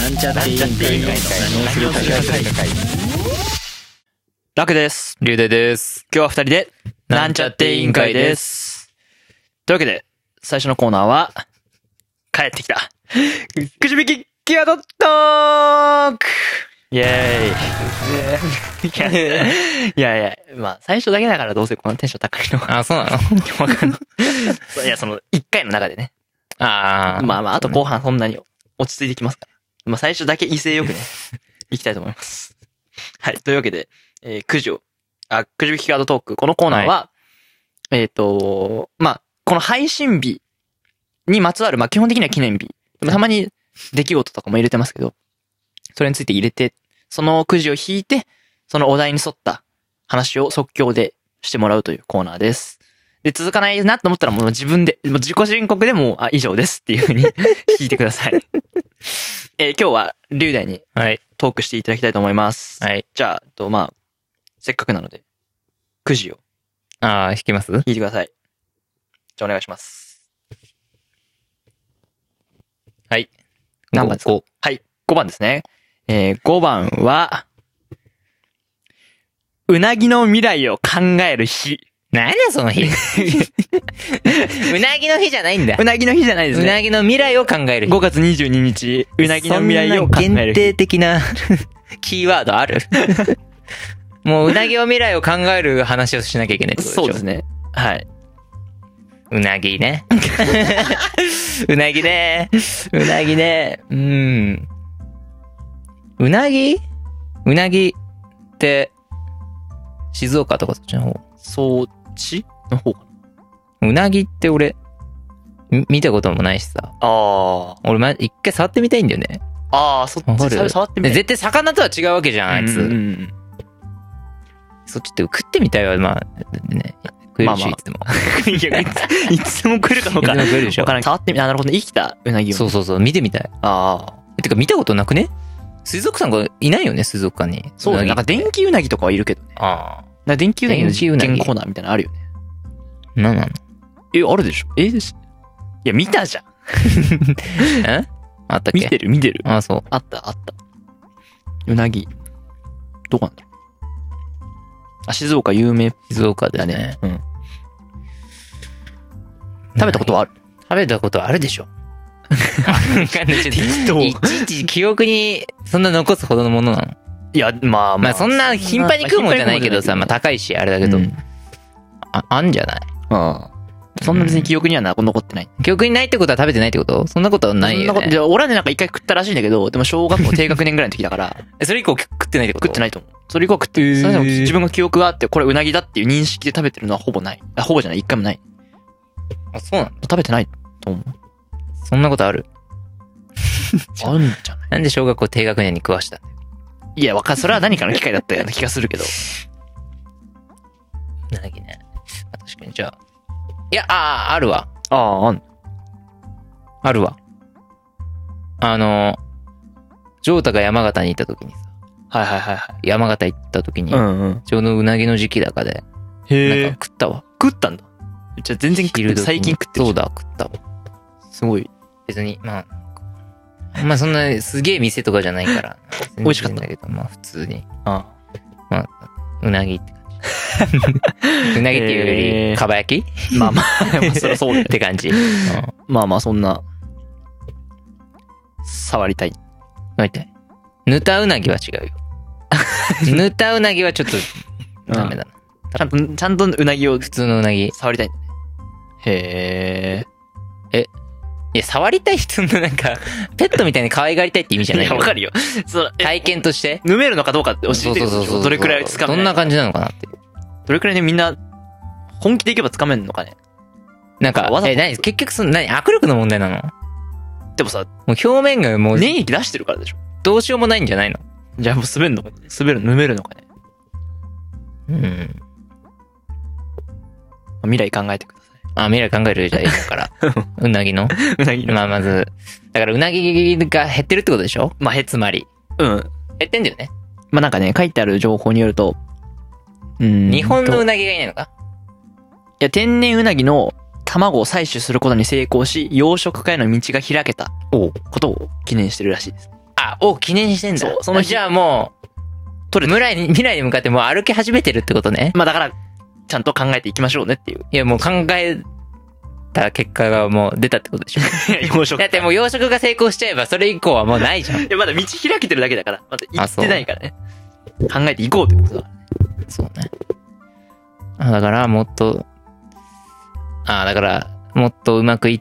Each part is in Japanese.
なんちゃって委員会の何をするか会。 楽です。 龍大です。 今日は二人で、なんちゃって委員会です。というわけで、最初のコーナーは、帰ってきた。くじ引きキーワードトークイェーイ。いや、まあ、最初だけだからどうせこのテンション高いのが。 あ、そうなのわかんない。いや、その、一回の中でね。 あまあ、あと後半そんなに落ち着いてきますから。まあ、最初だけ威勢よくね、いきたいと思います。はい。というわけで、くじ引きカードトーク。このコーナーは、まあ、この配信日にまつわる、まあ、基本的には記念日。たまに出来事とかも入れてますけど、それについて入れて、そのくじを引いて、そのお題に沿った話を即興でしてもらうというコーナーです。で、続かないなと思ったらもう自分で、もう自己申告でも以上ですっていう風に聞いてください。今日は、龍大に、トークしていただきたいと思います。 はい。 じゃあ、まあ、せっかくなので、くじを。 引きます引いてください。じゃあお願いします。 はい。 何番ですか？ 5。 はい、5番ですね。5番は、うなぎの未来を考える日。 なんだその日。うなぎの日じゃないんだ。 うなぎの日じゃないですね。 うなぎの未来を考える日。 5月22日、うなぎの未来を考える日。 そんな限定的なキーワードあるもううなぎの未来を考える話をしなきゃいけないってことでしょ。 そうですね。はい。 うなぎね。うなぎね。うなぎね。うなぎって、静岡とかそっちの方。 そっちの方かな。うなぎって俺、見たこともないしさ。 な。 俺一回触ってみたいんだよね。 そっち触ってみて。 絶対魚とは違うわけじゃん、あいつ。そっちって食ってみたいわ、まあ、ね。食えるし、いつでも。 いつでも食えるかどうか。 いつでも食えるでしょ。 わからん。触ってみ、なるほどね。生きたうなぎを。 そう、見てみたい。てか見たことなくね？水族館がいないよね、水族館に。 そうだね。なんか電気うなぎとかはいるけどね。電気うなぎの実験コーナーみたいなのあるよね。 なんなの？ あるでしょ？いや、見たじゃん。 あったっけ？ 見てる。 そう。 あった。うなぎ。どこなんだろう。静岡有名。 静岡だね。 食べたことはある？ 食べたことあるでしょ。 適当。 いちいち記憶にそんな残すほどのものなの？ いや、まあ、 そんな頻繁に食うもんじゃないけどさ、まあ高いし、あれだけど。あんじゃない？ そんな別に記憶には残ってない。 記憶にないってことは食べてないってこと？そんなことはないよね。 俺はね、なんか一回食ったらしいんだけど、でも小学校低学年ぐらいの時だから。 それ以降食ってないってこと？ 食ってないと思う。それ以降食って、それでも自分が記憶があって、これうなぎだっていう認識で食べてるのはほぼない。ほぼじゃない、一回もない。 そうなの？ 食べてないと思う。 そんなことある？ あるんじゃない？ なんで小学校低学年に食わしたんだよ。 いや、それは何かの機会だったような気がするけど。 うなぎね。確かに、じゃあ。いや、あるわ。あるわ。ジョータが山形に行った時にさ。 はい。 山形行った時に、ちょうどうなぎの時期だかで、なんか食ったわ。 食ったんだ。じゃあ全然食ってる。最近食ってる。 そうだ、食ったわ。 すごい。 別に、まあそんなすげえ店とかじゃないから。 美味しかったんだけど、まあ普通に。まあ、うなぎって感じ。うなぎっていうより、かば焼き？ まあ、そりゃそうだよって感じ。 まあ、そんな、触りたい。 ぬたうなぎは違うよ。ぬたうなぎはちょっと、ダメだな。 ちゃんとうなぎを、 普通のうなぎ。 触りたい。 いや、触りたい人のなんか、ペットみたいに可愛がりたいって意味じゃないよ。 いや、わかるよ。 体験として。 飲めるのかどうかって教えてよ。 そう。 どれくらい掴めるどんな感じなのかなって。 どれくらいでみんな、本気でいけば掴めるのかね。 なんか、結局握力の問題なの？ でもさ、 もう表面がもう、 粘液出してるからでしょ。 どうしようもないんじゃないの？ じゃあもう飲めるのかね。未来考えてください。 未来考えるじゃいいから。うなぎの？まあまず、だからうなぎが減ってるってことでしょ？つまり。減ってんだよね。 なんかね、書いてある情報によると、 日本のうなぎがいないのか？ いや、天然うなぎの卵を採取することに成功し、養殖化への道が開けたことを記念してるらしいです。 を記念してんだ。 そうその日じゃあもう、 取れ未来に向かってもう歩き始めてるってことね。 まあだから、ちゃんと考えていきましょうねっていう。 いや、もう考えた結果がもう出たってことでしょ。 養殖。 だってもう養殖が成功しちゃえばそれ以降はもうないじゃん。 いや、まだ道開けてるだけだから。まだ行ってないからね。考えていこうということだ。 そうね。だからもっとうまくいって、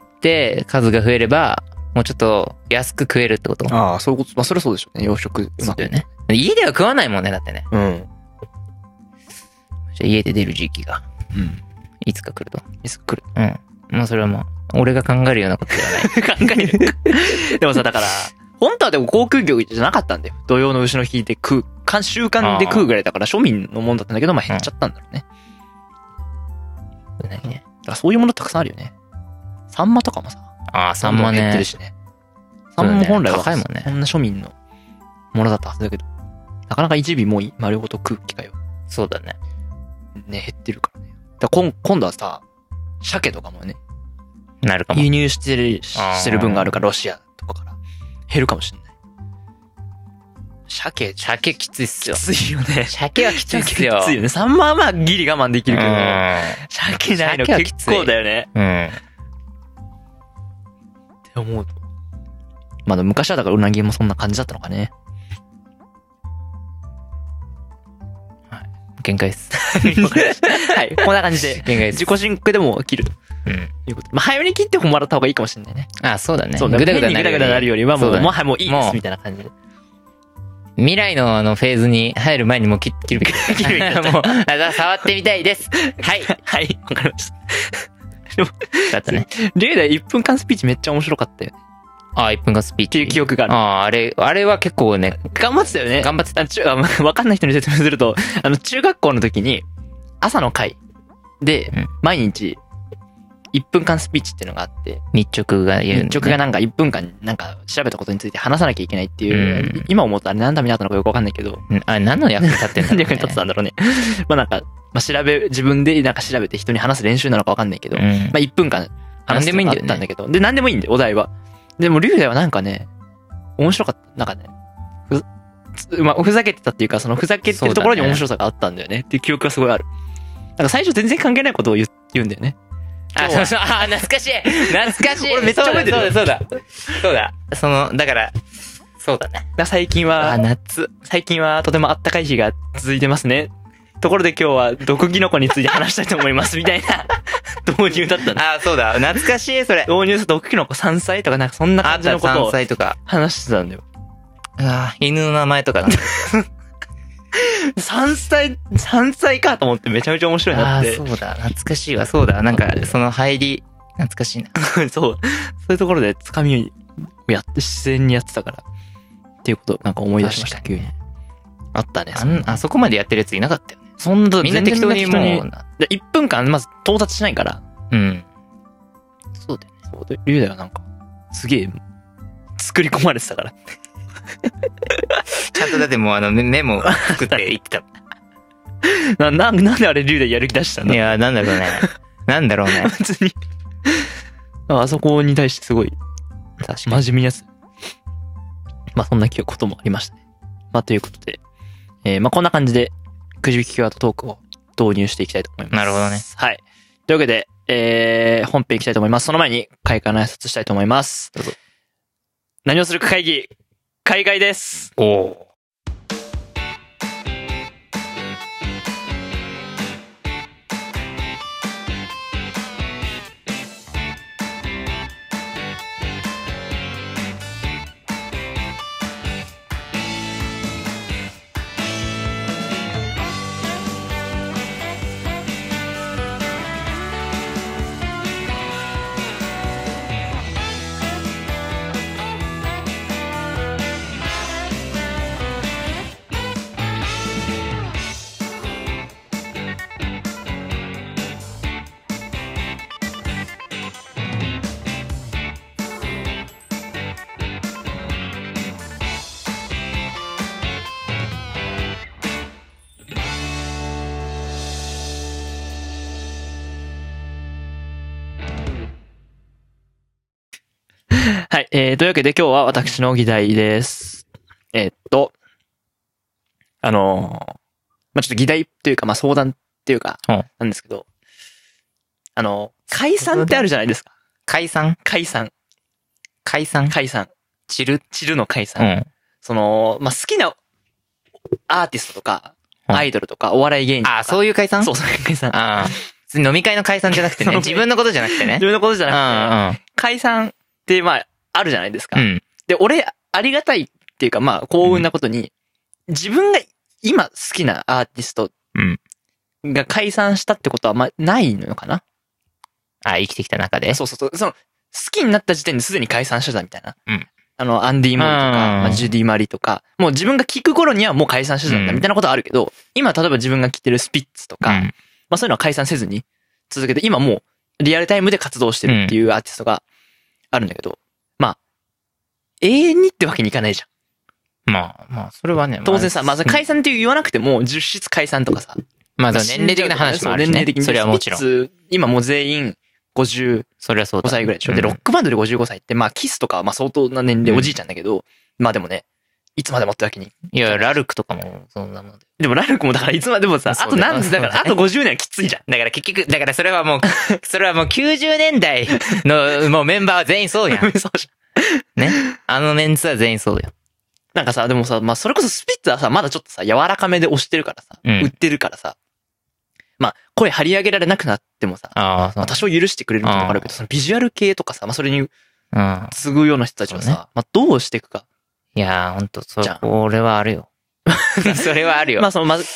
数が増えれば、もうちょっと安く食えるってこと。 ああ、そういうこと。まあそれはそうでしょうね。養殖。 そうだよね。家では食わないもんね、だってね。 うん。 じゃあ家で出る時期が、 うん。 いつか来ると。 いつか来る。 まあそれはもう、俺が考えるようなことではない。 考える。でもさ、だから、本当はでも航空業じゃなかったんだよ。土曜の牛の日で食う、習慣で食うぐらいだから庶民のもんだったんだけど、まあ減っちゃったんだろうね。 うなぎね。 だからそういうものたくさんあるよね。サンマとかもさ。 サンマね。 減ってるしね。サンマも本来は高いもんね。 こんな庶民のものだったはずだけど、なかなか一尾もう丸ごと食う機会は。 そうだね。 ね、減ってるからね。だから今度はさ、鮭とかもね、 なるかも。 輸入してる分があるから、ロシアとかから減るかもしれない。鮭きついっすよ。 きついよね。 鮭はきついっすよ。 きついよね。サンマはまあギリ我慢できるけど、鮭ないの結構だよね。って思うと。まだ昔はだからうなぎもそんな感じだったのかね。 はい。限界です。 はい。こんな感じで。 限界です。 自己申告でも切ると。いうこと。まあ、早めに切ってもらった方がいいかもしれないね。 そうだね。 そうだね。ぐだぐだなるよりはもう、もういいです、みたいな感じで。 未来のフェーズに入る前にもう切るべき。もう、触ってみたいです。はい。 はい。わかりました。でも、 だったね。 リュウダイ1分間スピーチめっちゃ面白かったよね。 1分間スピーチ。 っていう記憶がある。 あれは結構ね、 頑張ってたよね。 頑張ってた。 わかんない人に説明すると、中学校の時に、朝の会で、毎日、1分間スピーチっていうのがあって、 日直がなんか1分間なんか調べたことについて話さなきゃいけないっていう、今思うとあれ何のためにあったのかよくわかんないけど、 何の役に立ってんだろうね。 何の役に立ってたんだろうね。まあなんか、自分でなんか調べて人に話す練習なのかわかんないけど、まあ1分間話すのがあったんだけど、で、何でもいいんだよ、お題は。でも、リュウダイはなんかね、面白かった。なんかね、ふざけてたっていうか、そのふざけてるところに面白さがあったんだよねっていう記憶がすごいある。なんか最初全然関係ないことを言うんだよね。 そうそう、懐かしい俺めっちゃ覚えてる。 そうだ。だから、そうだね。 最近はとても暖かい日が続いてますね。ところで今日は毒キノコについて話したいと思いますみたいな導入だったね。 そうだ。懐かしい、それ。 導入すると毒キノコ山菜とかなんかそんな感じのことを山菜とか話してたんだよ。 犬の名前とかなんだ。 山菜かと思ってめちゃめちゃ面白いなって。 そうだ。懐かしいわ。そうだ。なんか、その入り、懐かしいな。 そういうところでつかみをやって自然にやってたから。っていうことなんか思い出しました、急に。あったね。 そこまでやってるやついなかったよね。 そんな、 みんな適当にもう。 1分間まず到達しないから。 そうだよね。 そうで、リュウダイはなんか、すげえ、作り込まれてたから。 ちゃんとだってもうメモ作って言ってた。なんであれリュウダイやる気出したの？ いや、なんだろうね。 別に。あそこに対してすごい、真面目なやつ。まあそんなこともありましたね。まあということで、まあこんな感じで、くじ引きキーワードトークを導入していきたいと思います。 なるほどね。 はい。というわけで、本編いきたいと思います。その前に、開会の挨拶したいと思います。どうぞ。何をするか会議、海外です。はい。というわけで今日は私の議題です。 まあ、ちょっと議題というか、まあ、相談っていうか、なんですけど、解散ってあるじゃないですか。 解散解散。 解散解散。 散る散るの解散。まあ、好きなアーティストとか、アイドルとか、お笑い芸人とか。 あ、そういう解散そう、そういう解散。 ああ。飲み会の解散じゃなくてね。自分のことじゃなくてね。 自分のことじゃなくて、解散って、まあ、あるじゃないですか。で、俺、ありがたいっていうか、まあ、幸運なことに、自分が今好きなアーティストが解散したってことは、まあ、ないのかな。 あ、生きてきた中で。 そう。好きになった時点ですでに解散してたみたいな。アンディ・モリとか、まあ、ジュディ・マリとか、もう自分が聞く頃にはもう解散してたんだみたいなことはあるけど、今例えば自分が聴いてるスピッツとか、まあそういうのは解散せずに続けて、今もうリアルタイムで活動してるっていうアーティストがあるんだけど、まあ、永遠にってわけにいかないじゃん。まあ、それはね。 当然さ、まあ解散って言わなくても、実質解散とかさ。 まあ年齢的な話もあるしね。 年齢的に。 それはもちろん。 今もう全員、55歳ぐらいでしょ。で、ロックバンドで55歳って、まあ、キスとかはまあ相当な年齢おじいちゃんだけど、まあでもね、いつまでもってわけに。 いや、ラルクとかも、そんなもんで。 でもラルクもだからいつまでもさ、あと何、だからあと50年はきついじゃん。 だから結局、だからそれはもう90年代のもうメンバーは全員そうやん。 そうじゃん。ね。あのメンツは全員そうだよ。 なんかさ、でもさ、まあそれこそスピッツはさ、まだちょっとさ、柔らかめで押してるからさ、売ってるからさ、まあ、声張り上げられなくなってもさ、まあ、多少許してくれることもあるけど、そのビジュアル系とかさ、まあそれに、継ぐような人たちはさ、まあどうしていくか。 いやー、ほんと、それはあるよ。それはあるよ。 まあまず、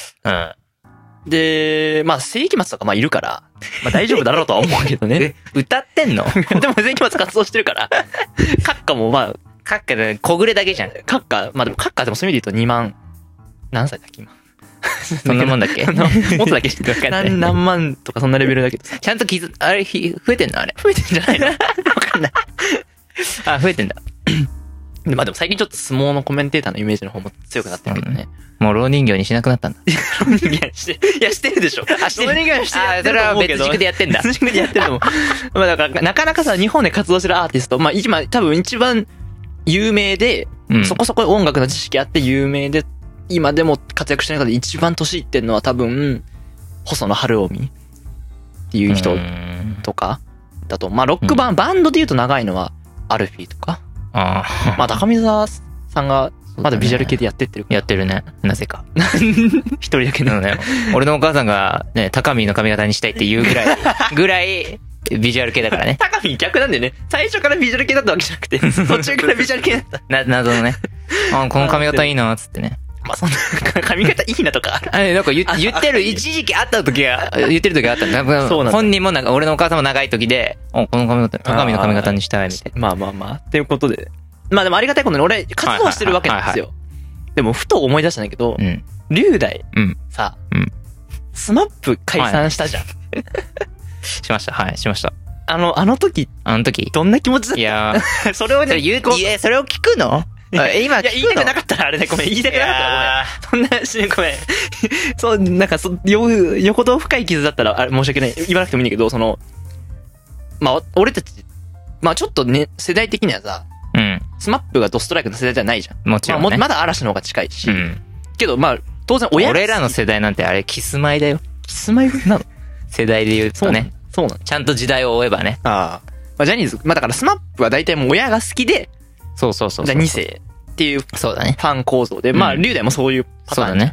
で、まあ世紀末とかまあいるから、まあ大丈夫だろうとは思うけどね。 歌ってんのでも世紀末活動してるから、閣下もまあ、 閣下で小暮だけじゃん。 閣下、まあでも閣下でもそういう意味で言うと2万、何歳だっけ今。 そんなもんだっけもっとだけ何万とかそんなレベルだけどさ。 ちゃんとあれ、増えてんのあれ。 増えてんじゃないのわかんない。 あ、増えてんだ。 まあでも最近ちょっと相撲のコメンテーターのイメージの方も強くなってるけどね。 もう老人形にしなくなったんだ。 老人形してるでしょ。してる。老人形してる。 それは別軸でやってんだ。 別軸でやってると思う。まあだから、なかなかさ、日本で活動してるアーティスト、まあ今多分一番有名で、そこそこ音楽の知識あって有名で、今でも活躍してる中で一番年いってんのは多分、細野晴臣っていう人とかだと、まあロックバンドで言うと長いのはアルフィーとか、まあ高見沢さんがまだビジュアル系でやってってるから。 やってるね。なぜか。 一人だけのね。俺のお母さんがね、高見の髪型にしたいっていうぐらい、ビジュアル系だからね。 高見逆なんだよね。最初からビジュアル系だったわけじゃなくて、途中からビジュアル系だった。 謎のね。この髪型いいな、つってね。 まあそんな、髪型いいなとかあれ、なんか言ってる、一時期あった時が、言ってる時があったんだ。そうなんだ。本人もなんか、俺のお母さんも長い時で、この髪型、高見の髪型にしたいみたいな。まあ、っていうことで。まあでもありがたいことに俺、活動してるわけなんですよ。でも、ふと思い出したんだけど、龍大、さ、スマップ解散したじゃん。 しました。はい、しました。 あの時、どんな気持ちだった？ いやそれをね、それを聞くの今、 言いたくなかったらあれね、ごめん、言いたくなかったらごめん。そんなし、ごめん。そう、なんか、横と深い傷だったら、申し訳ない。言わなくてもいいんだけど、まあ、俺たち、まあちょっとね、世代的にはさ、スマップがドストライクの世代じゃないじゃん。 もちろん、ね。 まだ嵐の方が近いし。けど、まあ、当然俺らの世代なんてあれ、キスマイだよ。 キスマイなの？ 世代で言うとね。 そうなの。 ちゃんと時代を追えばね。 まあ、ジャニーズ、まあだからスマップは大体もう親が好きで、 そう。 じゃあ2世っていう、 そうだね。 ファン構造で、まあ、龍大もそういうパターン。 そうだね。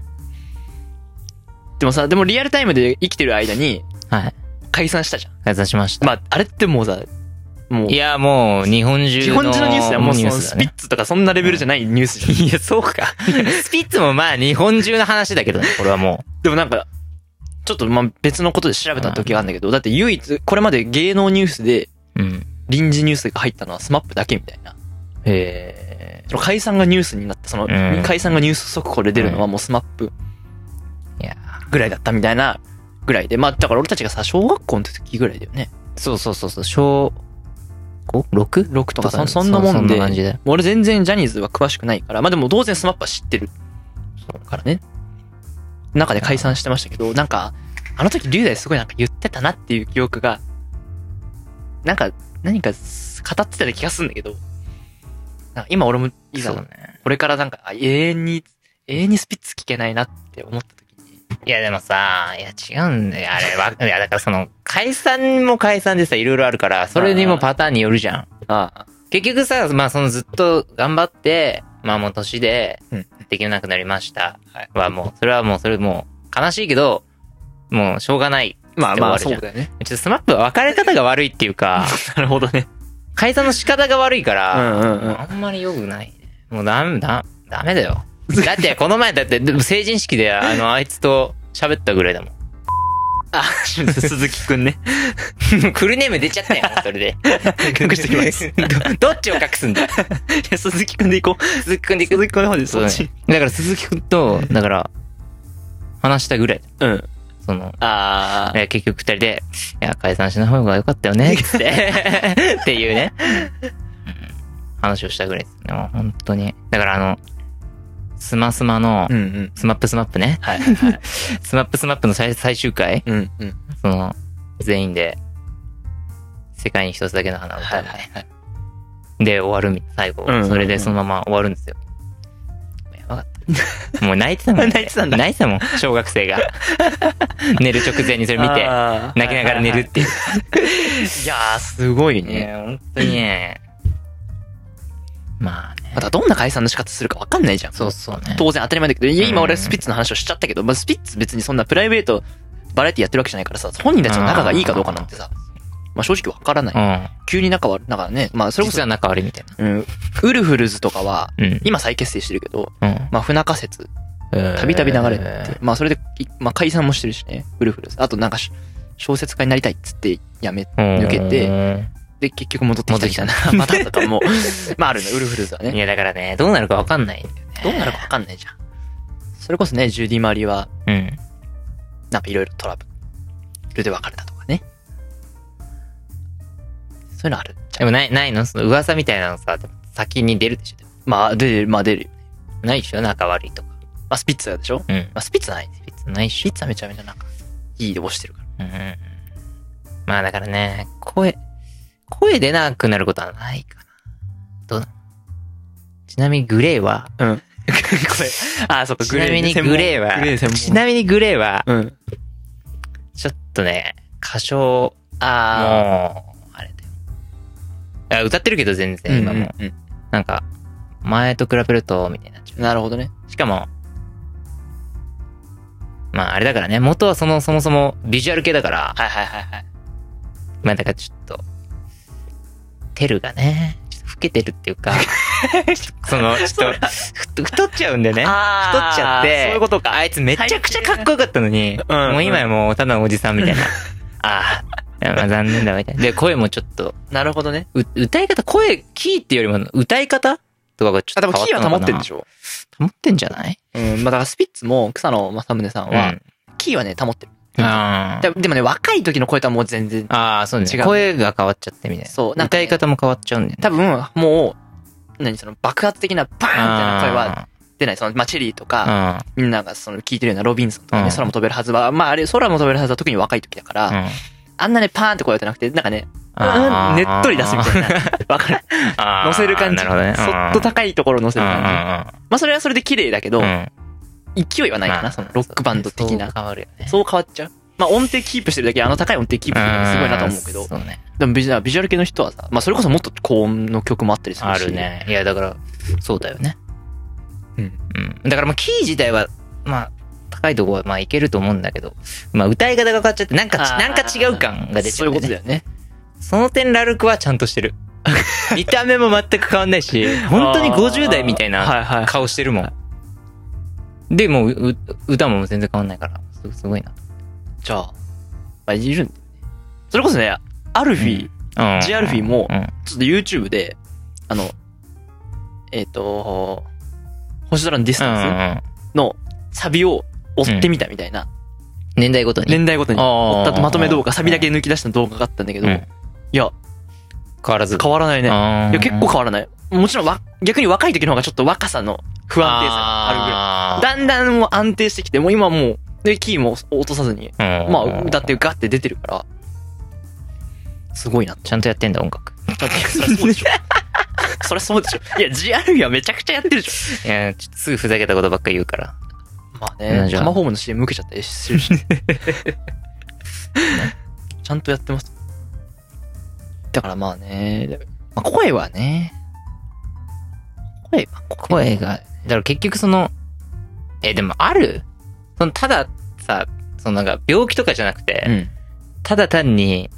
でもリアルタイムで生きてる間に、解散したじゃん。 解散しました。 まあ、あれってもうさ、 いや、もう、日本中のニュースだよ。もうスピッツとかそんなレベルじゃないニュースじゃん。 いや、そうか。スピッツもまあ、日本中の話だけどね、これはもう。でもなんか、ちょっとまあ別のことで調べた時があるんだけど、だって唯一、これまで芸能ニュースで、臨時ニュースが入ったのはスマップだけみたいな。解散がニュースになって、解散がニュース速報で出るのはもうスマップぐらいだったみたいなぐらいで、まあだから俺たちがさ、小学校の時ぐらいだよね。 そう。小 5?6? とかそんなもんで、俺全然ジャニーズは詳しくないから、まあでも当然スマップは知ってるからね。中で解散してましたけど、なんか、あの時龍大すごいなんか言ってたなっていう記憶が、なんか、何か語ってた気がするんだけど、 なんか今俺もいざ、 そうね。 これからなんか永遠にスピッツ聞けないなって思った時に。 いやでもさ、いや違うんだよ。あれは、いやだからその、解散も解散でさ、いろいろあるから、それにもパターンによるじゃん。 ああ。 結局さ、まあそのずっと頑張って、まあもう年でうん、 できなくなりました。 はいはもう、それはもう悲しいけど、もうしょうがない。 まあまあ、 終わるじゃんそうだよね。 ちょっとスマップは別れ方が悪いっていうか、 なるほどね。 解散の仕方が悪いから、 うんうんうんあんまり良くないね。もうダメだよ。だってこの前だって成人式であいつと喋ったぐらいだもん。 あ、鈴木くんね。 フルネーム出ちゃったよ、それで。 隠してきます。 どっちを隠すんだよ。 いや、鈴木くんで行こう。 鈴木くんで行く。 鈴木くんの方でそうそっち。 だから鈴木くんと、だから、話したぐらい。 うん。 その、 ああ。 結局二人で、いや、解散しない方が良かったよね、つって、っていうね、話をしたぐらいですね。もう本当に。だからスマスマの、 うんうん。 スマップね。 はいはい。 スマップの最終回、 うんうん。 その、全員で、世界に一つだけの花を歌うみたいな。で、終わる最後、 うんうんうんそれでそのまま終わるんですよ。やばかった。もう泣いてたもん、ね。 泣いてたんだ泣いてたもん、小学生が。寝る直前にそれ見て、 あー泣きながら寝るっていう。 いやー、すごいね。 本当にね。まあね。 またどんな解散の仕方するか分かんないじゃん。 そうそうね。 当然当たり前だけど、いや今俺スピッツの話をしちゃったけど、まあ、スピッツ別にそんなプライベート、バラエティやってるわけじゃないからさ、本人たちの仲がいいかどうかなんてさ、まあ正直分からない。 うん。 急に仲ね、まあそれこそ実は、仲悪いみたいな。 うん、ウルフルズとかは、 うん。 今再結成してるけど、 うん。 まあ不仲説、たびたび流れてて、まあそれで、まあ解散もしてるしね、ウルフルズ。あとなんか小説家になりたいっつってやめ、抜けて、で結局戻ってきたみたいなパターンとかも、まああるの、ウルフルズはね。 いやだからね、どうなるかわかんないんだよね。 どうなるか分かんないじゃん。それこそね、ジュディ・マリは、 うん。 なんかいろいろトラブルで別れたとかね。そういうのあるじゃん。 でもないのその噂みたいなのさ、先に出るでしょ。 まあ出るよ。 ないでしょ仲悪いとか。 まあスピッツでしょ。 うん。 まあスピッツはないね。 ないっしスピッツはめちゃめちゃなんか、いいで押してるから。 ょ。うん。まあだからね、声出なくなることはないかな。どうなのちなみにグレーは、 うん。これ、あ、そっか、 ちなみにグレーは、ちなみにグレーは、 うん。 ちょっとね、歌唱、 あもう、あれだよ。歌ってるけど全あ、 然今も。 うん。 なんか、前と比べると、みたいになっちゃなるほどね。 う。しかも、まああれだからね、元はそもそもビジュアル系だから、 はいはいはいはい。 まあだからちょっと、テルがね、ちょっと老けてるっていうか、その、ちょっと、太っちゃうんでね。太っあーちゃって、 そういうことか。 あいつめちゃくちゃかっこよかったのに、 うんもう今やもうただのおじさんみたいな。ああ、いやまあ残念だみたいな。で、声もちょっと、 なるほどね。 歌い方、キーっていうよりも歌い方とかがちょあ、 っと変わったのかな。 でもキーは保ってるんでしょ。 保ってんじゃない？ うん。まあだからスピッツも草野正宗さんは、キーはね、保ってる。 あーでもね、若い時の声とはもう全然、 あー、そうね。 違う声が変わっちゃってみたいな。 そうなんかね歌い方も変わっちゃうんだよね。 多分、もう、その爆発的なバーンみたいな声は出ない。その、まあ、チェリーとか、みんながその聞いてるようなロビンソンとかね、 うん空も飛べるはずは、まああれ、空も飛べるはずは特に若い時だから、 うん。 あんなね、パーンって声は出なくて、なんかね、 あーねっとり出すみたいな。わかる。 あー乗せる感じ。 なるほどね。 そっと高いところを乗せる感じ。 感まあそれはそれで綺麗だけど、 うん。 勢いはないかな、 まあそのロックバンド的なそう。変わるよね。 そう変わっちゃう。まあ音程キープしてるだけ、あの高い音程キープしてるだけすごいなと思うけど、 そうね。 でもビジュアル系の人はさ、まあそれこそもっと高音の曲もあったりするし。 ある。ね。いや、だから、そうだよね。 うん。 うん。だからまあ、キー自体は、まあ、高いとこはまあいけると思うんだけど、まあ歌い方が変わっちゃって、なんか違う感が出ちそういうゃうんだよね。 ことだよね。 その点ラルクはちゃんとしてる。見た目も全く変わんないし、本当に50代みたいはいなはい。 顔してるもん。で、もう歌も全然変わんないから、すごいな。 じゃあ、まあ、いるんだよね。それこそね、アルフィー、 うん。 ジアルフィーもうん。 ちょっと YouTube で、星空のディスうんうタンん。 スのサビを追ってみたみたいな、 年代ごとに。 年代ごとにあー追ったまとめ動画、サビだけ抜き出した動画があったんだけど、 うんいや、 変わらず。 変わらないね。いあーや、結構変わらない。もちろん逆に若い時の方がちょっと若さの不安定さがあるぐらい。だんだんもう安定してきて、もう今もう、で、キーも落とさずに、まあ、歌ってガッて出てるから、すごいなと。 ちゃんとやってんだ、音楽。 だってそりゃそうでしょ。 そりゃそうでしょ。いや、GRE はめちゃくちゃやってるでしいや、ちょっとすぐふざけたことばっかり言うから。 ょ。まあね、 じゃあタマホームの CM 受けちゃったりするし。ちゃんとやってます。だからまあね、まあ、声はね、 声が、だから結局その、でもあるその、たださ、そのなんか病気とかじゃなくて、 うん。 ただ単に、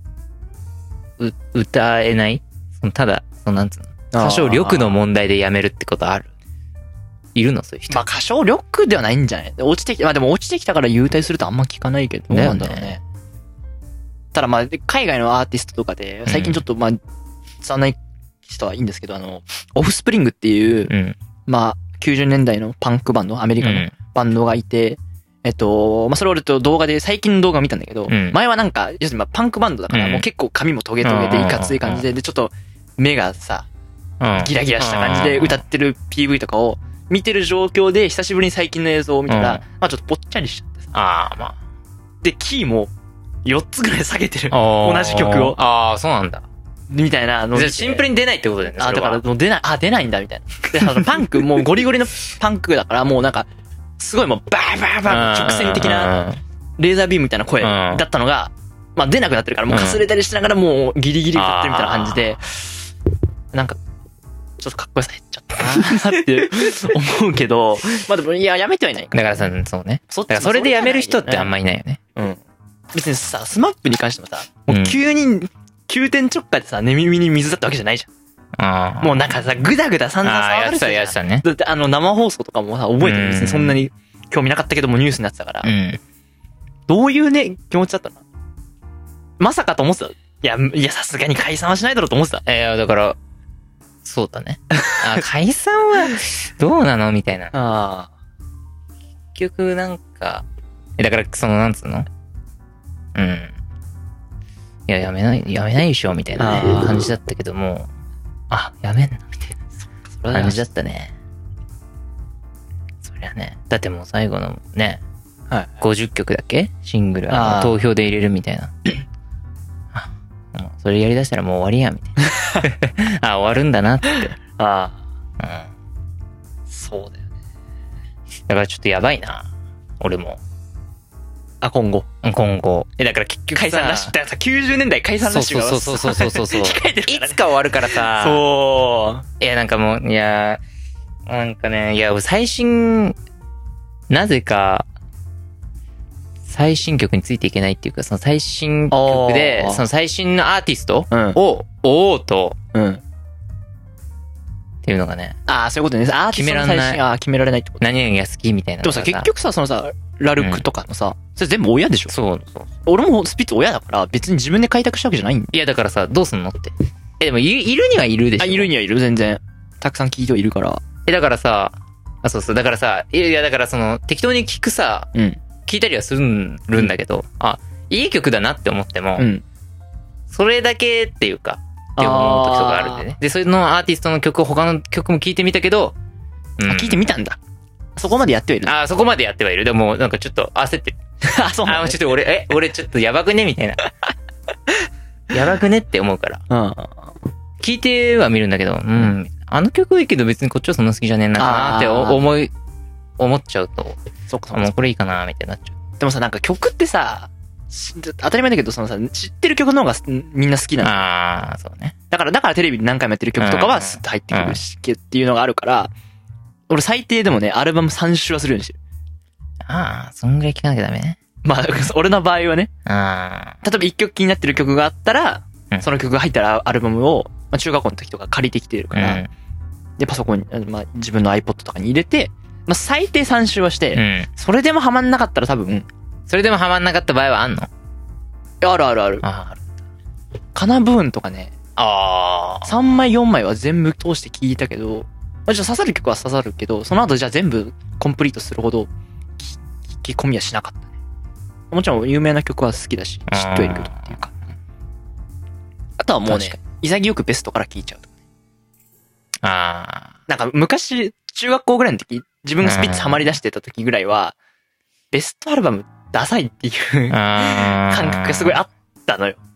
歌えないそのただ、そのなんつうの歌唱力の問題でやめるってことあるいるのそういう人。 まあ歌唱力ではないんじゃない落ちてきて、まあでも落ちてきたから優退するとあんま聞かないけど、どうなんだろうね。ただまあ、海外のアーティストとかで、最近ちょっとまあ、伝わんない人はいいんですけど、オフスプリングっていう、 うん。 まあ、90年代のパンクバンド、アメリカのバンドがいて、まあそれ俺と動画で、最近の動画見たんだけど、 うん前はなんか、要するにまあパンクバンドだから、 うんもう結構髪もトゲトゲでいかつい感じで、で、ちょっと目がさ、 うん。 ギラギラした感じで歌ってる PV とかを見てる状況で、久しぶりに最近の映像を見たら、 うんまあちょっとぽっちゃりしちゃってさ。 ああ、まで、キーも4つぐらい下げてる。 あ。 同じ曲を。 ああ、そうなんだ。 みたいなのを見て。 じゃあシンプルに出ないってことだよね。 あ、 それはだからもう出ない、出ないんだみたいな。で、パンク、もうゴリゴリのパンクだから、もうなんか、すごいもうバーバーバー直線的なレーザービームみたいな声だったのが、まあ出なくなってるから、もうかすれたりしながらもうギリギリ歌ってるみたいな感じで、なんか、ちょっとかっこよさ減っちゃったなって思うけど、まあでも、いや、やめてはいない。 だからさ、そうね。 そっだからそれでやめる人ってあんまいないよね。 うん。別にさ、スマップに関してもさ、もう急に、急転直下でさ、寝耳に水だったわけじゃないじゃん。 ああ。 もうなんかさ、ぐだぐだ散々 ああ、やってた、 騒がれてたじゃんやってたね。 だって生放送とかもさ、覚えてる別にそんなに興味なかったけどもニュースになってたから、 うん。 どういうね、気持ちだったのまさかと思ってた。いや、さすがに解散はしないだろうと思ってた。 いや、だから、そうだね。あ、解散は、どうなのみたいな。 ああ。 結局なんか、だから、その、なんつうのうん。いや、やめないでしょ、みたいなねあー感じだったけども、あ、やめんのみたいな感じだったね。そりゃね。だってもう最後のね、 はい。 50曲だっけシングルあー投票で入れるみたいな。あ、もうそれやりだしたらもう終わりや、みたいな。あ、終わるんだなって。 あうん。 あ。そうだよね。 だからちょっとやばいな。俺も。 あ、今後。 今後。だから結局さ解散ラッシュ。だからさ、90年代解散ラッシュが。 そうそう。 控えてるからね。 いつか終わるからさ。 そう。 いや、なんかもう、いや、なんかね、いや、最新、なぜか、最新曲についていけないっていうか、その最新曲であー、 その最新のアーティストうん。 を追おうと、 うん。 っていうのがね、 ああ、そういうことね。アーティストの最新、ああ、決められないってこと。 何々が好きみたいなのが。 でもさ、結局さ、そのさ、ラルクとかのさ、それ全部親でしょそうそう。 俺もスピッツ親だから、別に自分で開拓したわけじゃないんだ。 いや、だからさ、どうすんのって。でもいるにはいるでしょ。 あ、いるにはいる、全然。たくさん聞いてはいるから。 だからさ、そうそう、だからさ、いや、だからその、適当に聞くさ、 うん。 聞いたりはするんだけど、あ、いい曲だなって思っても、 うん。 それだけっていうか、って思う時とかあるんでね。で、それのアーティストの曲、他の曲も聞いてみたけど、うんあ、聞いてみたんだ。そこまでやってはいる。 あ、そこまでやってはいる。でも、なんかちょっと焦ってる。 あ、そうなんだちょっと俺ちょっとやばくねみたいな。やばくねって思うから。 うん。 聞いては見るんだけど、あの曲はいいけど別にこっちはそんな好きじゃねえんだなって思っちゃうと、 そっか、 もうこれいいかなみたいになっちゃう。 でもさ、なんか曲ってさ、当たり前だけど、そのさ、知ってる曲の方がみんな好きなの。 ああ、そうね。 だからテレビで何回もやってる曲とかはスッと入ってくるし、っていうのがあるから、俺最低でもね、アルバム3周はするようにしてる。 ああ、そんぐらい聞かなきゃダメね。 まあ、俺の場合はね、 あ例えば1曲気になってる曲があったら、 うんその曲が入ったらアルバムを、まあ、中学校の時とか借りてきてるあ、 から、で、パソコンに、まあ、自分の iPod とかに入れて、まあ、最低3周はして、 うん。 それでもハマんなかったら多分、 それでもハマんなかった場合はあんの？ あるあるある。 あカナブーンとかね、 あ。 3枚4枚は全部通して聴いたけど、まあ、じゃあ刺さる曲は刺さるけど、その後じゃあ全部コンプリートするほど聞き込みはしなかったね。もちろん有名な曲は好きだし、知ってはいるけどっていうか。あとはもうね確か、 潔くベストから聴いちゃうとかね。 あなんか昔、中学校ぐらいの時、自分がスピッツハマり出してた時ぐらいは、ベストアルバムダサいっていうあ。 感覚がすごいあったのよ。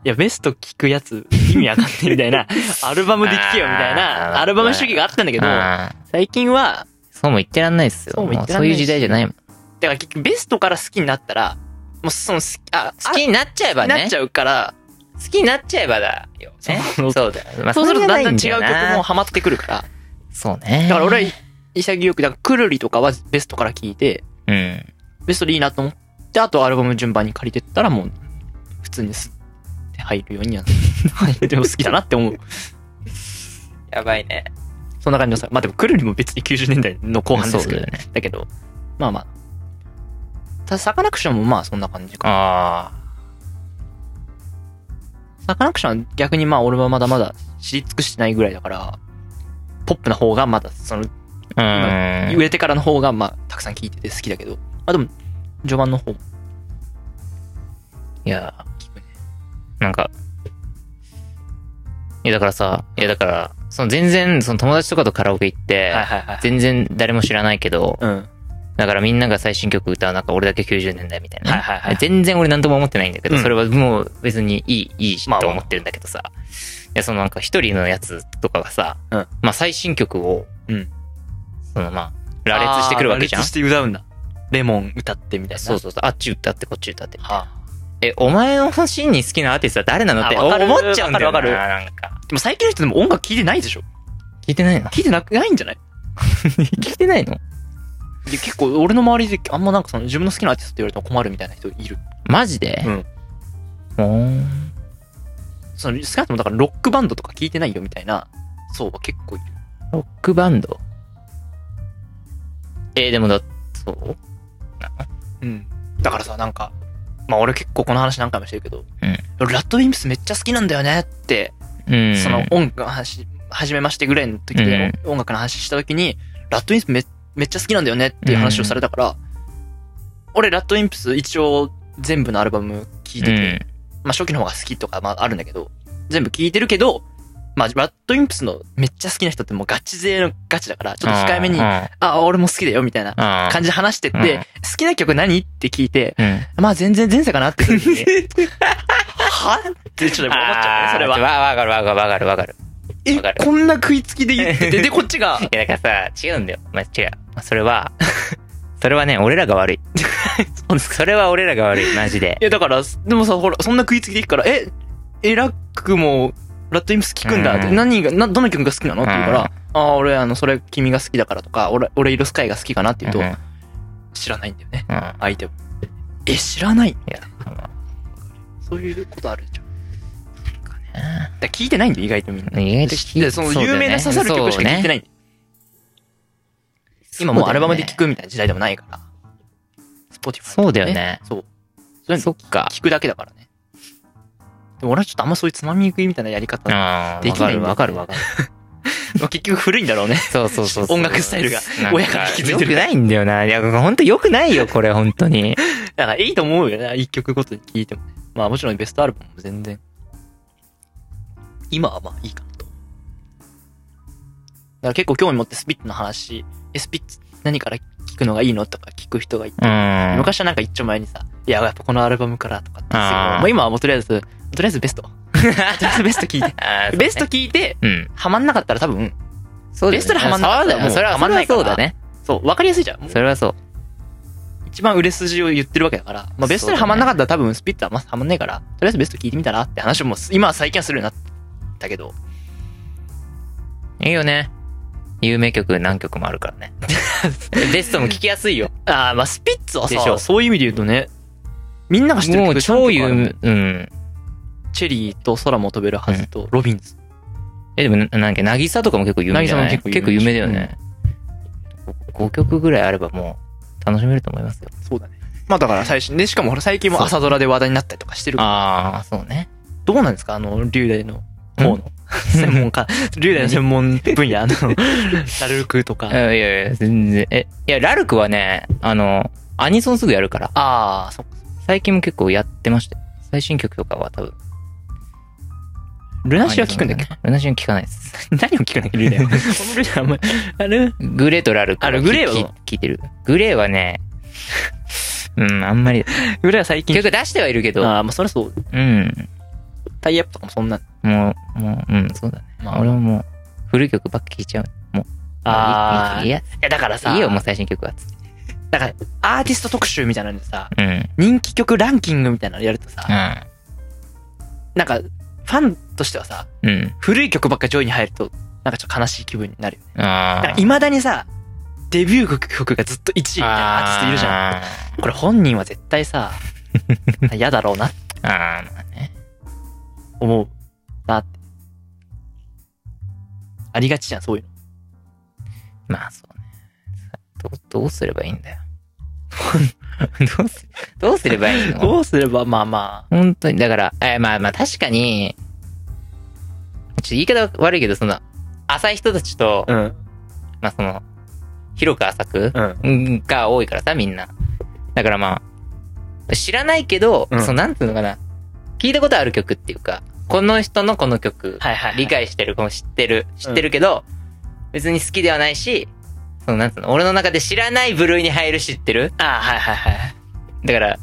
や、ベスト聞くやつ意味わかんないみたいな、アルバムで聞けよみたいな、アルバム主義があったんだけど、最近は、 そうも言ってらんないっすよ。 そうも言ってらんないしそういう時代じゃないもん。 だから結局ベストから好きになったら、もうその好きになっちゃえばね。 なっちゃうから、 好きになっちゃえばだよ。ね。そうだよ。まあそうするとだんだん違う曲もも。 ハマってくるから。 そうね。 だから俺は潔く、だからクルリとかはベストから聞いて、 うん。 ベストでいいなと思って、あとアルバム順番に借りてったらもう、普通にスッて入るようには、でも好きだなって思う。 やばいね。 そんな感じのさ、まあでもクルリも別に90年代の後半ですけど、 そうだよね。 だけど、まあまあ。ただサカナクションもまあそんな感じか。 あサカナクションは逆にまあ俺はまだまだ知り尽くしてないぐらいだから、ポップな方がまだその、 あ。 売れてからの方がまあたくさん聴いてて好きだけど、まあでも序盤の方いや、 聞くね。 なんか、いやだからさ、その全然、その友達とかとカラオケ行って、 はいはいはい。 全然誰も知らないけど、 うん。 だからみんなが最新曲歌う中、俺だけ90年代みたいなね。 はいはいはい全然俺なんとも思ってないんだけど、 うんそれはもう別にいいまあと思ってるんだけどさ。いや、そのなんか一人のやつとかがさ、 うんまあ最新曲を、 うんそのまあ、羅列してくるわけじゃん。 羅列して歌うんだ。レモン歌ってみたいな。 そうそうそう。あっち歌ってこっち歌って。 はお前の真に好きなアーティストは誰なのってあわかる思っちゃうんだよな。 わかるなんか。 あ。でも最近の人でも音楽聴いてないでしょ？ 聞いてないの聴いてないんじゃない？ 聞いてないので結構俺の周りであんまなんかその自分の好きなアーティストって言われても困るみたいな人いる。 マジでうん。その少なくともだからロックバンドとか聞いてないよみたいな層は結構いる。 ロックバンドでもそううん。だからさ、なんか、まあ俺結構この話何回もしてるけど、 うん俺ラッドウィンプスめっちゃ好きなんだよねって、 うん。 その音楽の話、初めましてぐらいの時で音楽の話した時に、ラッドウィンプスめっちゃ好きなんだよねっていう話をされたから、俺ラッドウィンプス一応全部のアルバム聴いてて、まあ初期の方が好きとかまああるんだけど、全部聴いてるけど、まあラッドウィンプスのめっちゃ好きな人ってもうガチ勢のガチだから、ちょっと控えめに、俺も好きだよみたいな感じで話してって、好きな曲何って聞いて、まあ全然前世かなって時に、はってちょっと思っちゃうね、それは。 わかる。 こんな食いつきで言ってて、で、こっちが。 いや、だからさ、違うんだよ。まあ、違う。それはね、俺らが悪い。 そうですか。 それは俺らが悪い、マジで。 いや、だから、でもさ、ほら、そんな食いつきでいくから、ラックも、ラッドインプス聞くんだって、どの曲が好きなのって言うから、俺、それ、君が好きだからとか、俺、イロスカイが好きかなって言うと、知らないんだよね。相手も。知らない？いや、そういうことあるじゃん。だ聞いてないんだよ、意外とみんな。 意外と聞いてない。 その有名な刺さる曲しか聞いてないんだよ。今もうアルバムで聞くみたいな時代でもないから。Spotify。 そうだよね。 そう。 そっか。 聞くだけだからね。でも俺はちょっとあんまそういうつまみ食いみたいなやり方できないんだよ。 わかる。 結局古いんだろうね。 そう。 音楽スタイルが。親から引き継いでる。 よくないんだよな。いや、ほんとよくないよ、これ、ほんとに。 だからいいと思うよね。一曲ごとに聴いてもね。まあもちろんベストアルバムも全然。今はまあいいかなと。だから結構興味持ってスピッツの話、スピッツ何から聞くのがいいのとか聞く人がいて、昔はなんか一丁前にさ、いや、やっぱこのアルバムからとかってもう今はもうとりあえずベスト。とりあえずベスト聞いて。ベスト聞いて、ハマんなかったら多分、ベストでハマんなかったらもうハマんないから。 そうだね。 そう、わかりやすいじゃん。 それはそう。 一番売れ筋を言ってるわけだから、まあベストでハマんなかったら多分スピッツはハマんないから、とりあえずベスト聞いてみたらって話も今は最近はするようになったけど。 いいよね。有名曲何曲もあるからね。ベストも聞きやすいよ。 まあスピッツはさ、そういう意味で言うとね、みんなが知ってる曲もう超有名、 チェリーと空も飛べるはずと、ロビンズ。 でもなんだっけ、渚とかも結構有名じゃない？結構有名だよね。5曲ぐらいあればもう楽しめると思いますよ。 そうだね。まあだから最新で、しかもほら最近も朝ドラで話題になったりとかしてるから。 そうね。 どうなんですか龍大の方の専門家、龍大の専門分野、ラルクとか。 いや、全然。いや、ラルクはね、アニソンすぐやるから。 そっか。 最近も結構やってました。最新曲とかは多分。 ルナシーは聞くんだっけ？ ルナシーは聞かないです。 何を聞くんだっけ、龍大は。この龍大はあんまり、 グレーとラルク。 グレーは聞いてる。グレーはね、あんまり。 グレーは最近。 曲出してはいるけど。 まあそりゃそう。 タイアップとかもそんな。 もう、うん、そうだね。 まあ俺ももう、古い曲ばっか聴いちゃう。もう。いや、 だからさ、 いいよ、もう最新曲は。つって。 だから、アーティスト特集みたいなのでさ、 うん。 人気曲ランキングみたいなのやるとさ、 うん。 なんか、ファンとしてはさ、 うん。 古い曲ばっか上位に入ると、なんかちょっと悲しい気分になるよね。 ああ。 未だにさ、デビュー曲がずっと1位みたいなアーティストいるじゃん。これ本人は絶対さ、嫌だろうなってああ、まあね。 思うなって。ありがちじゃん、そういうの。 まあそうね。どうすればいいんだよ。どうすればいいの？ どうすれば、まあま本当に、だから、まあ確かに、ちょっと言い方悪いけど、その、浅い人たちと、 あ。うん。 まあその、広く浅く、 うん。 が多いからさ、みんな。だからまあ、知らないけど、 うんその、なんつうのかな。聞いたことある曲っていうか、この人のこの曲、 はいはいはい理解してる、この知ってるけど、別に好きではないし、その、なんつうの、俺の中で知らない部類に入る知ってる。 ああ、はいはいはい。 だから、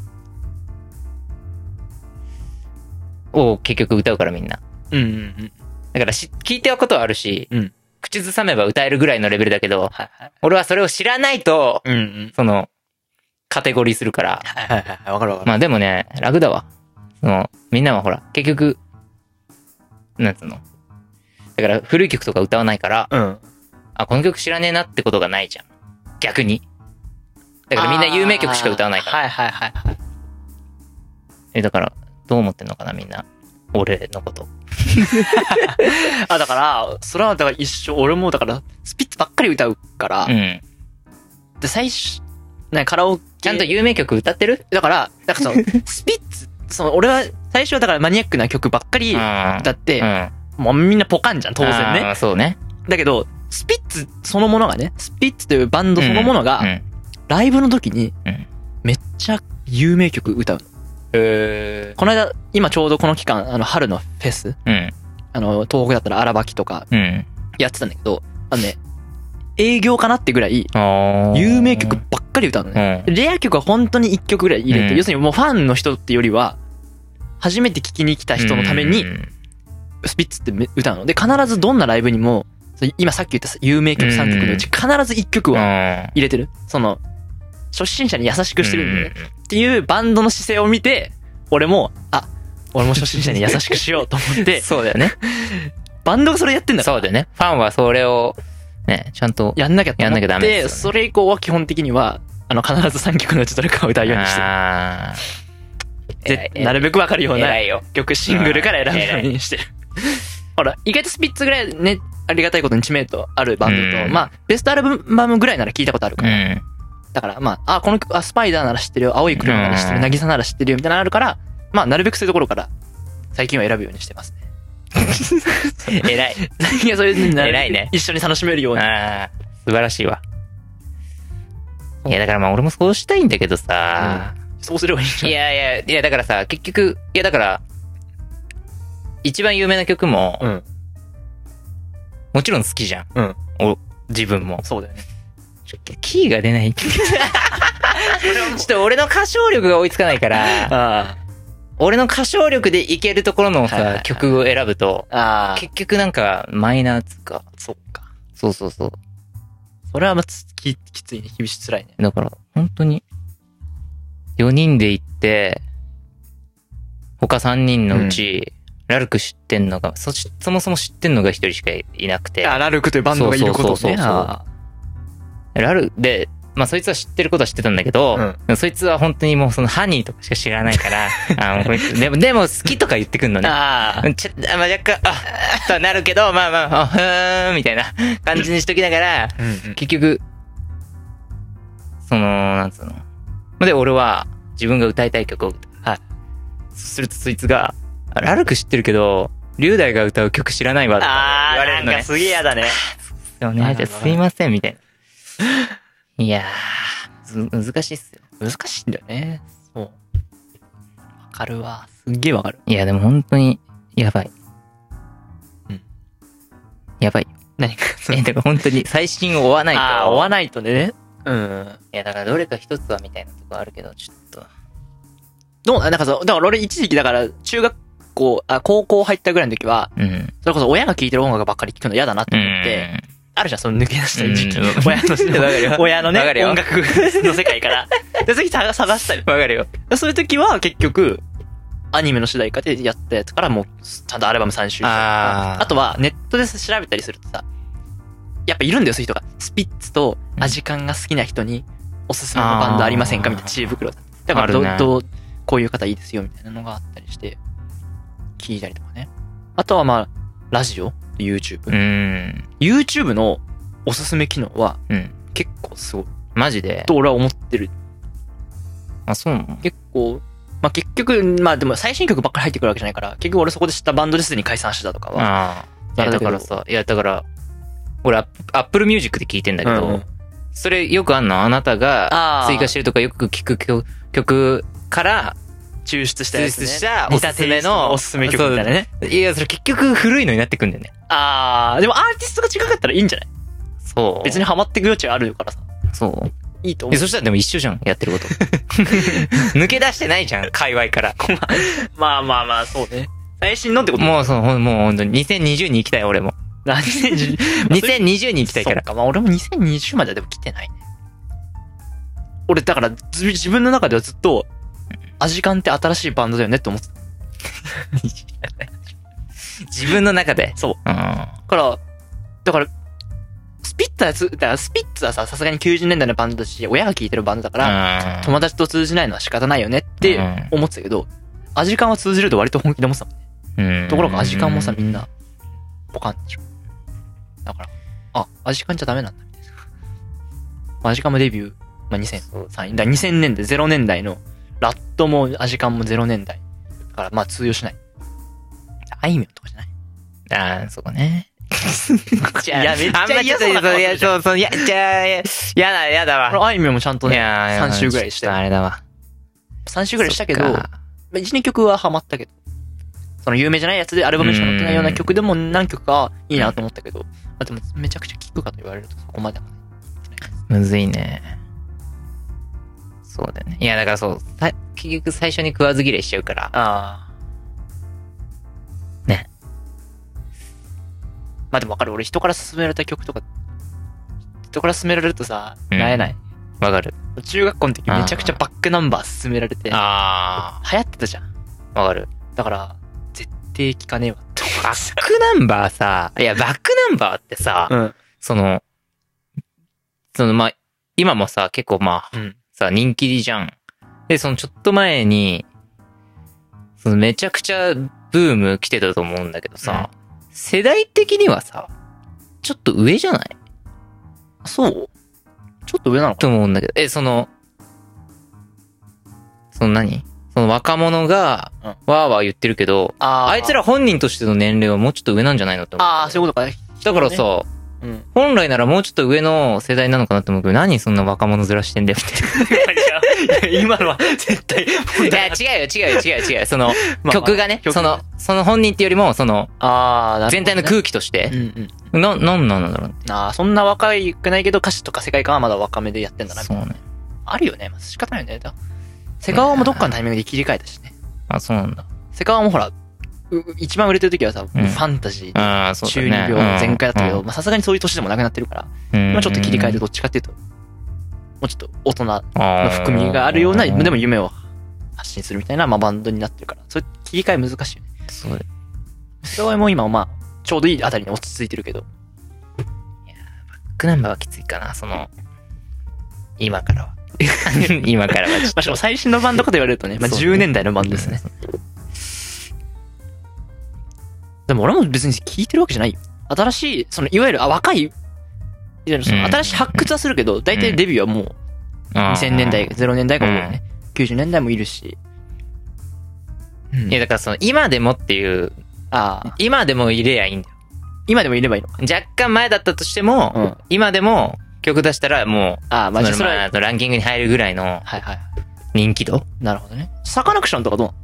結局歌うからみんな。 うんうんうん。 だから聞いてはことはあるし、 うん。 口ずさめば歌えるぐらいのレベルだけど、 はいはい。 俺はそれを知らないと、 うんうん。 その、カテゴリーするから。 はいはいはい。わかるわかる。 まあでもね、楽だわ。その、みんなはほら、結局、なんつうの。だから古い曲とか歌わないから、 うん。 あ、この曲知らねえなってことがないじゃん。逆に。だからみんな有名曲しか歌わないから。 はいはいはいはい。 だから、どう思ってんのかな、みんな。俺のこと。 あ、だから、それはだから一緒、俺もだから、スピッツばっかり歌うから、 うん。 で、最初、カラオケ。 ちゃんと有名曲歌ってる？ だからその、スピッツ、その、俺は、最初はだからマニアックな曲ばっかり歌って、 うん。 もうみんなポカンじゃん、当然あね。 ーそうね。 だけど、スピッツそのものがね、スピッツというバンドそのものが、 うん。 ライブの時にうん、 めっちゃ有名曲歌うの。この間、今ちょうどこの期間、春のフェス、 うん。 東北だったら荒垣とかうん。 やってたんだけど、営業かなってぐらい、 あー有名曲ばっかり歌うのね。レア曲は本当に1曲ぐらい入れて、 うん要するにもうファンの人ってよりは、初めて聴きに来た人のために、スピッツって歌うので、必ずどんなライブにも、今さっき言った有名曲3曲のうち必ず1曲は入れてる。その、初心者に優しくしてるんだよね。っていうバンドの姿勢を見て、俺も初心者に優しくしようと思って、 そうだよね。 バンドがそれやってんだから。 そうだよね。ファンはそれを、ね、ちゃんと。 やんなきゃと思って、 やんなきゃダメですよねそれ以降は基本的には、必ず3曲のうちどれかを歌うようにしてる。 あなるべくわかるような偉いよ。 曲、シングルから選ぶようにしてる。ほら、意外とスピッツぐらいね、ありがたいことに知名度あるバンドと、 うんまあ、ベストアルバムぐらいなら聞いたことあるうから。 ん。 だから、まあ、この曲、スパイダーなら知ってるよ、青い車なら知ってる、渚なら知ってるよ、みたいなのあるから、まあ、なるべくそういうところから、最近は選ぶようにしてますね。 偉い。 いや、それで偉いね一緒に楽しめるように。 ああ、素晴らしいわ。いや、だからまあ俺もそうしたいんだけどさ。 そうすればいいじゃん。 いや、だからさ、結局、だから、一番有名な曲も、 うん。 もちろん好きじゃん。 うん。 自分も。 そうだよね。 キーが出ない。ちょっと俺の歌唱力が追いつかないから、 あ俺の歌唱力でいけるところのさ、 はいはいはい曲を選ぶと、 あ。 結局なんか、マイナーつうか。 そっか。 そうそうそう。 それはまあ、きついね。厳しい、辛いね。 だから、本当に、4人で行って、他3人のうち、ラルク知ってんのが、そもそも知ってんのが1人しかいなくて。 ラルクというバンドがいることをね。 そうラルで、まあそいつは知ってることは知ってたんだけど、そいつは本当にもうそのハニーとかしか知らないから、もうこいつでも好きとか言ってくんのね。まあ若干、とはなるけど、まあ、ふーん、みたいな感じにしときながら、結局、その、なんつうの。で、俺は自分が歌いたい曲を歌う。はい。そうするとそいつが、ラルク知ってるけど、龍大が歌う曲知らないわ、とか言われるのね。 なんかすげえやだね。 そうね。じゃあすいません、みたいな。いやー、難しいっすよ。 難しいんだよね。そう。わかるわ。すっげえわかる。 いや、でも本当に、やばい。やばい。 何か。 だから本当に最新を追わないと。 追わないとね。 いや、だからどれか一つはみたいなとこあるけど、ちょっと。 だから俺一時期だから、中学高校入ったぐらいの時は、 うん。 それこそ親が聴いてる音楽ばっかり聴くの嫌だなって思って、あるじゃん、その抜け出したい時期。親のね、音楽の世界から。で、次探したり。 わかるよ。 そういう時は結局、アニメの主題歌でやったやつからもう、ちゃんとアルバム3周したりとか。あとは、ネットで調べたりするとさ、やっぱいるんだよ、そういう人が。スピッツとアジカンが好きな人に、おすすめのバンドありませんかみたいな知恵袋だからこういう方いいですよみたいなのがあったりして、聞いたりとかね。あとはまあ、ラジオ YouTube。YouTube のおすすめ機能は、結構すごい。 マジでと俺は思ってる。 あ、そうなの？ 結構、まあ結局、まあでも最新曲ばっかり入ってくるわけじゃないから、結局俺そこで知ったバンドですでに解散してたとかは。 ああ。だからさ、俺Apple Music で聞いてんだけど、それよくあんの？あなたが追加してるとかよく聞く曲から抽出したやつね。 抽出したおすすめのおすすめ曲みたいなね。 いや、それ結局古いのになってくんだよね。 でもアーティストが違かったらいいんじゃない？ そう。 別にハマってく余地あるからさ。 そう。 いいと思う。 そしたらでも一緒じゃん、やってること。抜け出してないじゃん、界隈から。 まあ、そうね。最新のってこともう本当に2020に行きたい、俺も。2020に行きたいから。 そっか、まあ俺も2020まではでも来てないね。俺だから自分の中ではずっと、アジカンって新しいバンドだよねって思ってた。 自分の中で。 そう。だから、スピッツはさすがに90年代のバンドだし、親が聴いてるバンドだから、友達と通じないのは仕方ないよねって思ってたけど、アジカンは通じると割と本気で思ってたもんね。ところがアジカンもさ、みんな、ポカンでしょ。だから、アジカンじゃダメなんだ、みたいな。アジカンもデビュー、まあ、2000年代、0年代の、ラットもアジカンも0年代。だから、まあ通用しない。あいみょんとかじゃない？ そうね。 いや、めっちゃ嫌そうな顔するじゃん。 そう、やだわ。 あいみょんもちゃんとね、3週ぐらいして。 あれだわ。 3週ぐらいしたけど、1、2曲はハマったけど、その有名じゃないやつでアルバムにしか載ってないような曲でも何曲かいいなと思ったけど、でもめちゃくちゃ聴くかと言われるとそこまではね。 むずいね。そうだよね。いや、だからそう、結局最初に食わず嫌いしちゃうから。ね。 まあでもわかる。俺人から勧められた曲とか、人から勧められるとさ、なえない。 わかる。 中学校の時めちゃくちゃバックナンバー勧められて、流行ってたじゃん。 わかる。 だから、絶対聞かねえわって思う。 バックナンバーさ、いや、バックナンバーってさ、まあ、今もさ、結構まあ、さ、人気じゃん。で、ちょっと前に、めちゃくちゃブーム来てたと思うんだけどさ、世代的にはさ、ちょっと上じゃない？ そうちょっと上なのかと思うんだけど、何？若者が、わーわー言ってるけど、あいつら本人としての年齢はもうちょっと上なんじゃないのって思う。 そういうことか。 だからさ、本来ならもうちょっと上の世代なのかなって思うけど、何そんな若者面してんだよって。 今のは絶対。 いや、違う。曲がね、その本人っていうよりも、全体の空気として、なんなんだろうって。 そんな若くないけど、歌詞とか世界観はまだ若めでやってんだな。 そうね。 あるよね。仕方ないよね。セカオワもどっかのタイミングで切り替えたしね。 そうなんだ。 セカオワもほら、一番売れてる時はさ、ファンタジー、中二病全開だったけど、さすがにそういう年でもなくなってるから、今ちょっと切り替えてどっちかっていうと、もうちょっと大人の含みがあるような、でも夢を発信するみたいな、バンドになってるから、そういう切り替え難しいよね。 そうだよ。 セカオワも今ちょうどいいあたりに落ち着いてるけど。いやバックナンバーはきついかな、今からは。今からはちょっと。 最新のバンドかと言われるとね、10年代のバンドですね。でも俺も別に聞いてるわけじゃないよ。新しい、いわゆる、若い、新しい発掘はするけど、大体デビューはもう、2000年代、0年代が多いよね。90年代もいるし。 いや、だから今でもっていう、今でもいればいいんだよ。 今でもいればいいのか。 若干前だったとしても、今でも曲出したらもう、ランキングに入るぐらいの、人気度。 なるほどね。サカナクションとかどう？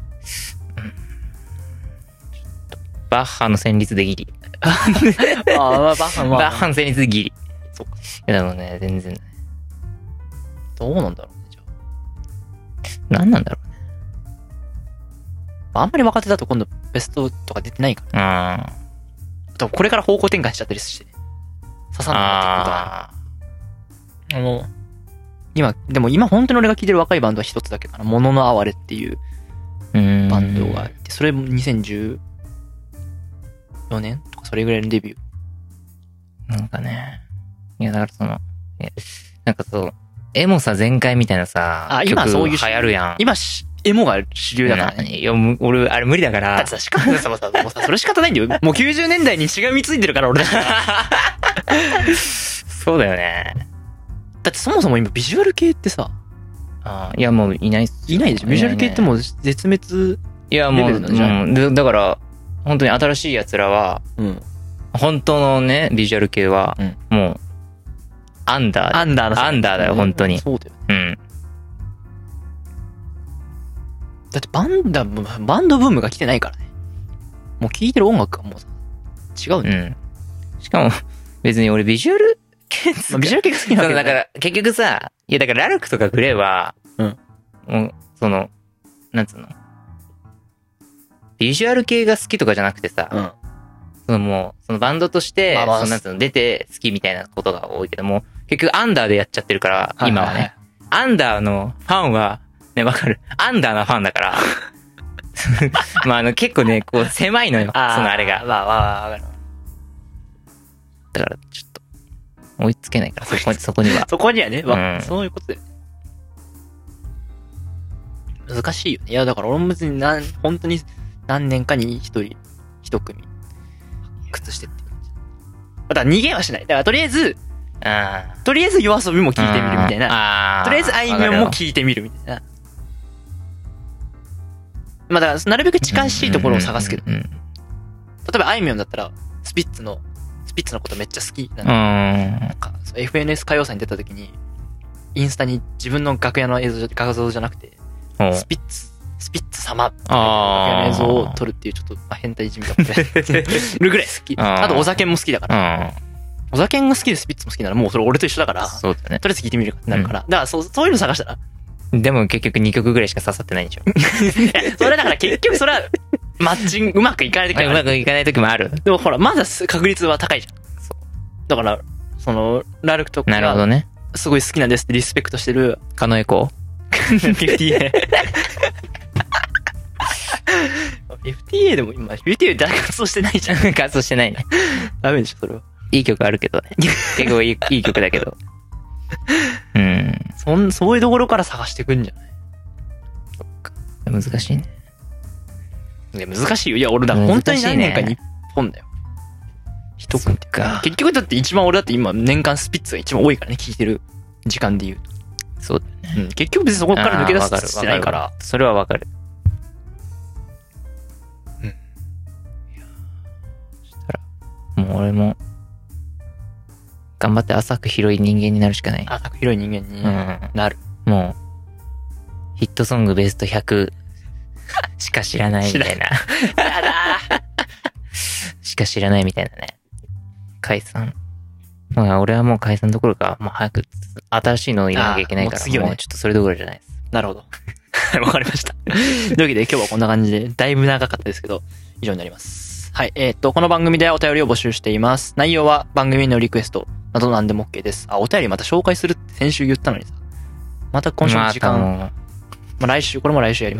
バッハの旋律でギリ。 バッハの旋律でギリ。 そっか。 いやでもね、全然。 どうなんだろうね、じゃあ。何なんだろうね。 あんまり若手だと今度、 ベストとか出てないから。あと、これから方向転換しちゃったりして、刺さんなくなってことは。でも今本当に俺が聴いてる若いバンドは一つだけかな。もののあわれっていうバンドがあって、それも2014年とかそれぐらいのデビュー。 なんかね。いや、だからなんかそう、エモさ全開みたいなさ、 今そういう流行るやん。 今、エモが主流だからね。 いや、俺、あれ無理だから。 だってさ、もうさ、それ仕方ないんだよ。もう90年代にしがみついてるから、俺だから。 そうだよね。 だってそもそも今、ビジュアル系ってさ、 いや、もういないっす。 いないでしょ。ビジュアル系ってもう絶滅。 いや、もう、だから、本当に新しい奴らは、本当のね、ビジュアル系は、もう、アンダーだよ、本当に。 そうだよ。だってバンドブームが来てないからね。もう聴いてる音楽がもうさ、違うんだよ。 しかも、別に俺ビジュアル系ビジュアル系が好きなんだから、結局さ、いやだからラルクとかグレーは、もう、なんつうの、ビジュアル系が好きとかじゃなくてさ、もう、そのバンドとして、なんつうの、出て好きみたいなことが多いけども、結局アンダーでやっちゃってるから、今はね。アンダーのファンは、ね、わかる。アンダーなファンだから。まあ結構ね、こう狭いのよ。そのあれが。 わかる。 だから、ちょっと、追いつけないから、そこには。 そこにはね、そういうことで。難しいよね。いや、だから俺も別に本当に何年かに一組、靴してって感じ。だから逃げはしない。だからとりあえず夜遊びも聞いてみるみたいな。とりあえずあいみょんも聞いてみるみたいな。まあだから、なるべく近しいところを探すけど。例えばあいみょんだったら、スピッツのことめっちゃ好きなんか、FNS 歌謡祭に出た時に、インスタに自分の楽屋の画像じゃなくて、スピッツ様って楽屋の映像を撮るっていうちょっと変態いじみがるぐらい好き。あとお酒も好きだから。お酒が好きでスピッツも好きならもうそれ俺と一緒だから、 そうだね。 とりあえず聞いてみるってなるから。だからそういうの探したら。 でも結局2曲ぐらいしか刺さってないんでしょ。 それだから結局それは、マッチングうまくいかない時もある。 うまくいかない時もある。 でもほら、まだ確率は高いじゃん。そう。だから、ラルクとか。 なるほどね。 すごい好きなんですってリスペクトしてる。 カノエコ 50A。50A でも今、50A 誰活動してないじゃん。 活動してないね。 ダメでしょ、それは。 いい曲あるけどね。結構いい曲だけど。 そういうところから探していくんじゃない？ そっか。難しいね。 いや、難しいよ。いや、俺だ、本当に何年かに1本だよ。一組ってか。結局だって俺だって今年間スピッツが一番多いからね、聴いてる時間で言うと。 そうだね。 結局別にそこから抜け出してないから。 それはわかる。いや、そしたら、もう俺も、頑張って浅く広い人間になるしかない。 浅く広い人間になる。 もう、ヒットソングベスト100しか知らないみたいな。 やだしか知らないみたいなね。解散。まあ俺はもう解散どころか、もう早く新しいのを入れなきゃいけないから、もうちょっとそれどころじゃないです。 なるほど。わかりました。というわけで今日はこんな感じで、だいぶ長かったですけど、以上になります。はい。この番組ではお便りを募集しています。内容は番組のリクエストなど何でも OK です。お便りまた紹介するって先週言ったのにさ。また今週の時間。来週、これも来週やります。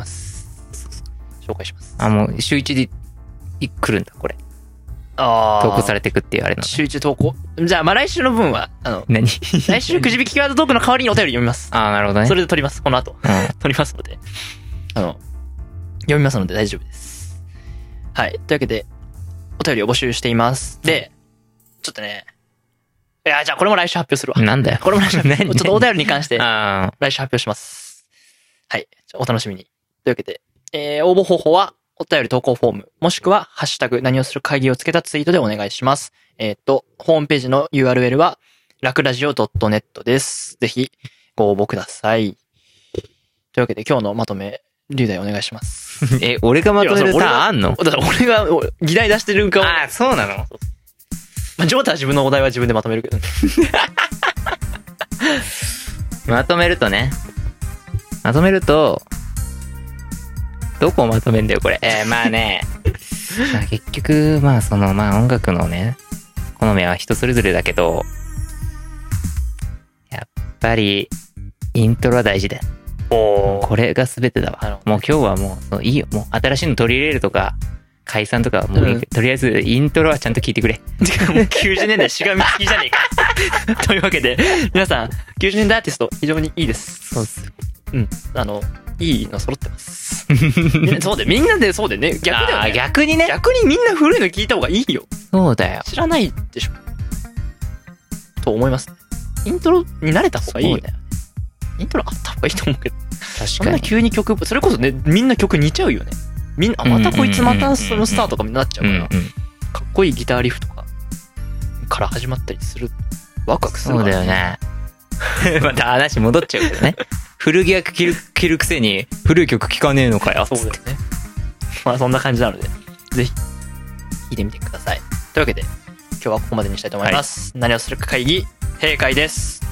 紹介します。 もう週1で来るんだ、これ。投稿されてくっていうあれなの。 週1投稿。じゃあ、来週の分は、 何来週くじ引きキーワードトークの代わりにお便り読みます。 なるほどね。 それで撮ります、この後。撮りますので。読みますので大丈夫です。はい。というわけで、お便りを募集しています。で、ちょっとね、じゃあこれも来週発表するわ。 なんだよ。 これも来週発表。ちょっとお便りに関して、 来週発表します。はい。お楽しみに。というわけで、応募方法は、お便り投稿フォーム、もしくは、ハッシュタグ、何をする会議をつけたツイートでお願いします。ホームページの URL は、lakradio.net です。ぜひ、ご応募ください。というわけで、今日のまとめ、龍大お願いします。 俺がまとめるさ、あんの？ だから俺が議題出してる顔。 そうなの？ まあ、ジョータは自分のお題は自分でまとめるけどね。 まとめると、どこをまとめんだよ、これ。まあね、 結局、まあ音楽のね、好みは人それぞれだけど、やっぱり、イントロは大事だよ。これが全てだわ。もう今日はもういいよ。もう新しいの取り入れるとか、解散とかもういい、とりあえずイントロはちゃんと聞いてくれ。 もう90年代しがみつきじゃねえか。というわけで、皆さん、90年代アーティスト非常にいいです。 そうっす。 いいの揃ってます。そうで、みんなでそうでね、逆だよね。 逆にね。 逆にみんな古いの聞いた方がいいよ。 そうだよ。 知らないでしょ。と思います。イントロに慣れた方がいいよ。イントロあった方がいいと思うけど。 確かに。 そんな急に曲、それこそね、みんな曲似ちゃうよね。みんな、またこいつまたそのスターとかになっちゃうから、かっこいいギターリフとかから始まったりする。ワクワクするからね。 そうだよね。また話戻っちゃうけどね。古着着るくせに古い曲聴かねえのかよ。 そうだよね。まあそんな感じなので、ぜひ、聴いてみてください。というわけで、今日はここまでにしたいと思います。何をするか会議、閉会です。